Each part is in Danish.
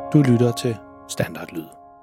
Du lytter til Standardlyd.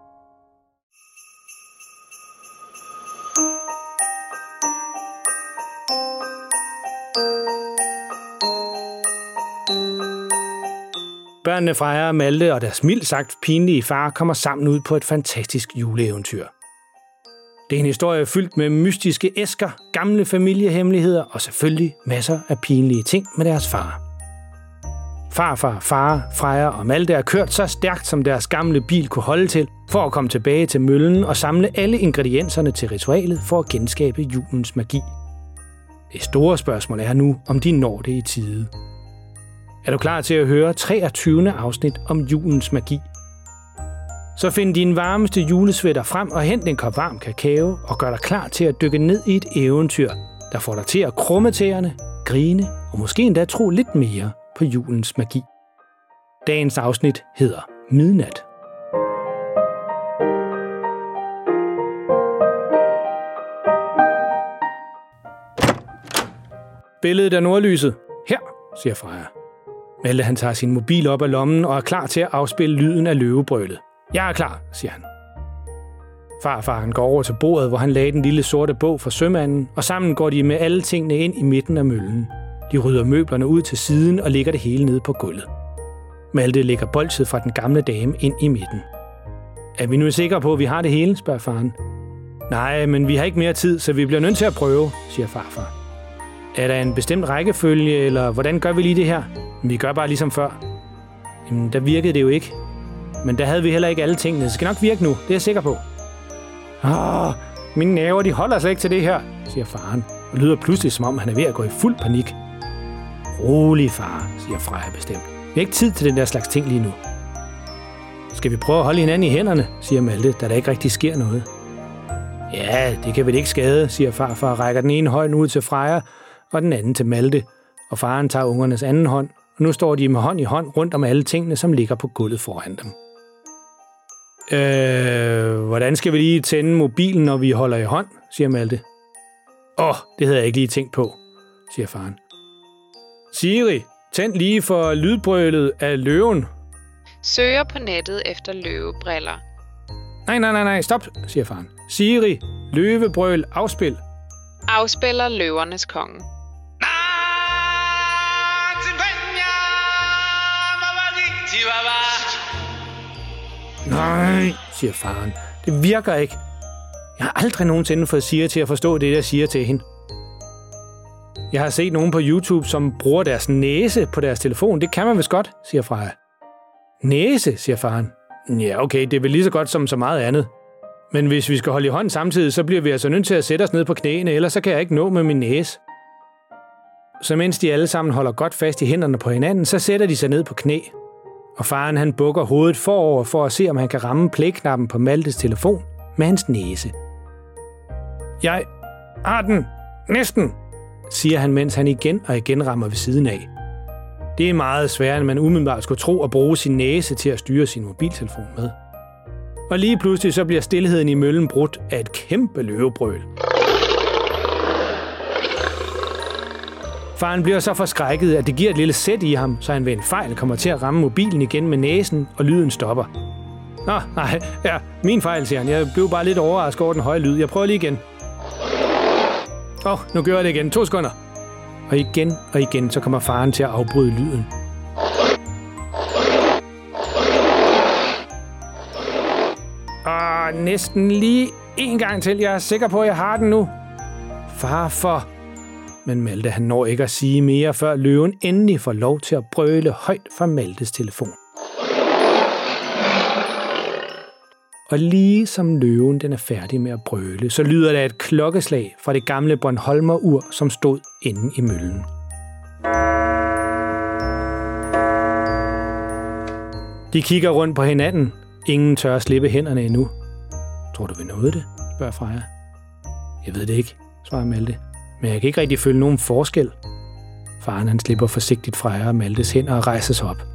Børnene Freja og Malte og deres mildt sagt pinlige far kommer sammen ud på et fantastisk juleeventyr. Det er en historie fyldt med mystiske æsker, gamle familiehemmeligheder og selvfølgelig masser af pinlige ting med deres far. Farfar, far, Freja og Malte er kørt så stærkt, som deres gamle bil kunne holde til, for at komme tilbage til møllen og samle alle ingredienserne til ritualet for at genskabe julens magi. Det store spørgsmål er nu, om de når det i tide. Er du klar til at høre 23. afsnit om julens magi? Så find din varmeste julesvætter frem og hent en kop varm kakao og gør dig klar til at dykke ned i et eventyr, der får dig til at krumme tæerne, grine og måske endda tro lidt mere på julens magi. Dagens afsnit hedder Midnat. Billedet af nordlyset. Her, siger Freja. Malte han tager sin mobil op af lommen og er klar til at afspille lyden af løvebrølet. Jeg er klar, siger han. Farfaren går over til bordet, hvor han lagde den lille sorte bog for sømanden, og sammen går de med alle tingene ind i midten af møllen. De rydder møblerne ud til siden og lægger det hele nede på gulvet. Malte lægger bolsjet fra den gamle dame ind i midten. Er vi nu sikre på, at vi har det hele, spørger faren. Nej, men vi har ikke mere tid, så vi bliver nødt til at prøve, siger farfar. Er der en bestemt rækkefølge, eller hvordan gør vi lige det her? Vi gør bare ligesom før. Jamen, der virkede det jo ikke. Men der havde vi heller ikke alle tingene. Det skal nok virke nu, det er jeg sikker på. Mine nerver, de holder sig ikke til det her, siger faren, og lyder pludselig, som om han er ved at gå i fuld panik. Rolig, far, siger Freja bestemt. Vi har ikke tid til den der slags ting lige nu. Skal vi prøve at holde hinanden i hænderne, siger Malte, da der ikke rigtig sker noget. Ja, det kan vel ikke skade, siger farfar og rækker den ene hånd ud til Freja, og den anden til Malte, og faren tager ungernes anden hånd, og nu står de med hånd i hånd rundt om alle tingene, som ligger på gulvet foran dem. Hvordan skal vi lige tænde mobilen, når vi holder i hånd, siger Malte. Det havde jeg ikke lige tænkt på, siger faren. Siri, tænd lige for lydbrølet af løven. Søger på nettet efter løvebriller. Nej, stop, siger faren. Siri, løvebrøl, afspil. Afspiller løvernes konge. Nej, siger faren. Det virker ikke. Jeg har aldrig nogensinde fået Siri til at forstå det, jeg siger til hende. Jeg har set nogen på YouTube, som bruger deres næse på deres telefon. Det kan man vist godt, siger Freja. Næse, siger faren. Ja, okay, det er vel lige så godt som så meget andet. Men hvis vi skal holde i hånd samtidig, så bliver vi altså nødt til at sætte os ned på knæene, ellers så kan jeg ikke nå med min næse. Så mens de alle sammen holder godt fast i hænderne på hinanden, så sætter de sig ned på knæ. Og faren han bukker hovedet forover for at se, om han kan ramme play-knappen på Maltes telefon med hans næse. Jeg har den. Næsten, siger han, mens han igen og igen rammer ved siden af. Det er meget sværere, end man umiddelbart skulle tro at bruge sin næse til at styre sin mobiltelefon med. Og lige pludselig så bliver stilheden i møllen brudt af et kæmpe løvebrøl. Faren bliver så forskrækket, at det giver et lille sæt i ham, så han ved en fejl kommer til at ramme mobilen igen med næsen, og lyden stopper. Min fejl, siger han. Jeg blev bare lidt overrasket over den høje lyd. Jeg prøver lige igen. Nu gør jeg det igen. 2 sekunder. Og igen, så kommer faren til at afbryde lyden. Næsten lige en gang til. Jeg er sikker på, at jeg har den nu. Farfar. Men Malte han når ikke at sige mere, før løven endelig får lov til at brøle højt fra Maltes telefon. Og lige som løven den er færdig med at brøle, så lyder der et klokkeslag fra det gamle Bornholmer-ur, som stod inde i møllen. De kigger rundt på hinanden. Ingen tør at slippe hænderne endnu. Tror du, vi nåede det? Spørger Freja. Jeg ved det ikke, svarer Malte. Men jeg kan ikke rigtig føle nogen forskel. Faren han slipper forsigtigt Freja og Maltes hænder og rejser sig op.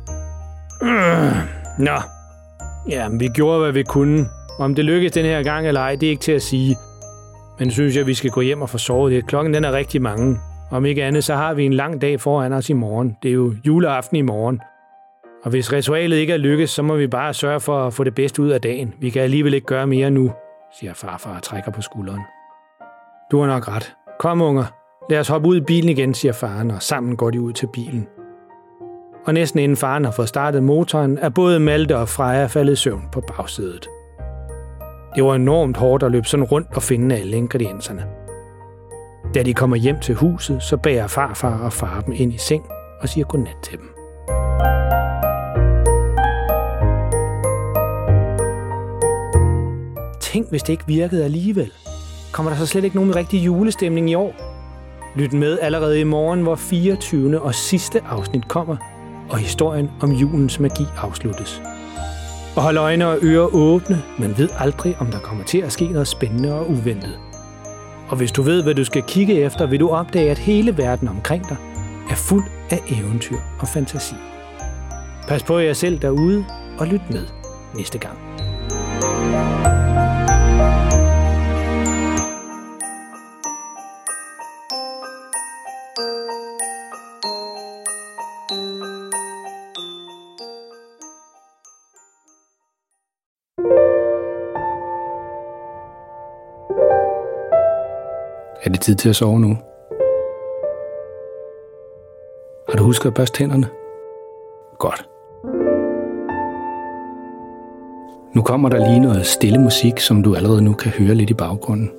Jamen, vi gjorde, hvad vi kunne. Om det lykkedes den her gang eller ej, det er ikke til at sige. Men synes jeg, vi skal gå hjem og få sovet lidt. Klokken den er rigtig mange. Om ikke andet, så har vi en lang dag foran os i morgen. Det er jo juleaften i morgen. Og hvis ritualet ikke er lykkes, så må vi bare sørge for at få det bedste ud af dagen. Vi kan alligevel ikke gøre mere nu, siger farfar og trækker på skulderen. Du har nok ret. Kom, unger. Lad os hoppe ud i bilen igen, siger faren, og sammen går de ud til bilen. Og næsten inden faren har fået startet motoren, er både Malte og Freja faldet i søvn på bagsædet. Det var enormt hårdt at løbe sådan rundt og finde alle ingredienserne. Da de kommer hjem til huset, så bærer farfar og far dem ind i seng og siger godnat til dem. Tænk, hvis det ikke virkede alligevel. Kommer der så slet ikke nogen rigtig julestemning i år? Lyt med allerede i morgen, hvor 24. og sidste afsnit kommer, og historien om julens magi afsluttes. Og hold øjne og ører åbne, men ved aldrig, om der kommer til at ske noget spændende og uventet. Og hvis du ved, hvad du skal kigge efter, vil du opdage, at hele verden omkring dig er fuld af eventyr og fantasi. Pas på jer selv derude, og lyt med næste gang. Er det tid til at sove nu? Har du husket at børste tænderne? Godt. Nu kommer der lige noget stille musik, som du allerede nu kan høre lidt i baggrunden.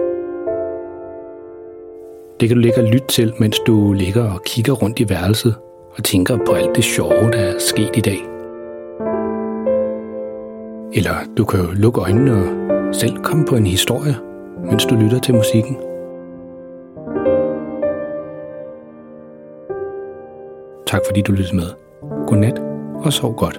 Det kan du ligge og lytte til, mens du ligger og kigger rundt i værelset og tænker på alt det sjove, der er sket i dag. Eller du kan jo lukke øjnene og selv komme på en historie, mens du lytter til musikken. Tak fordi du lyttede med. Godnat og sov godt.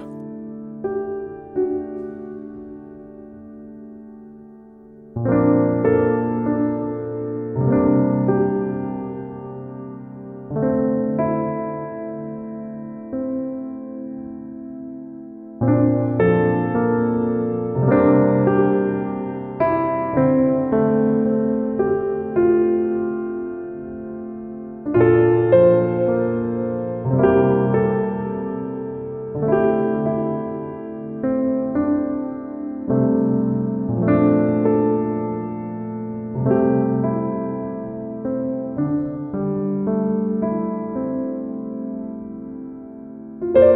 you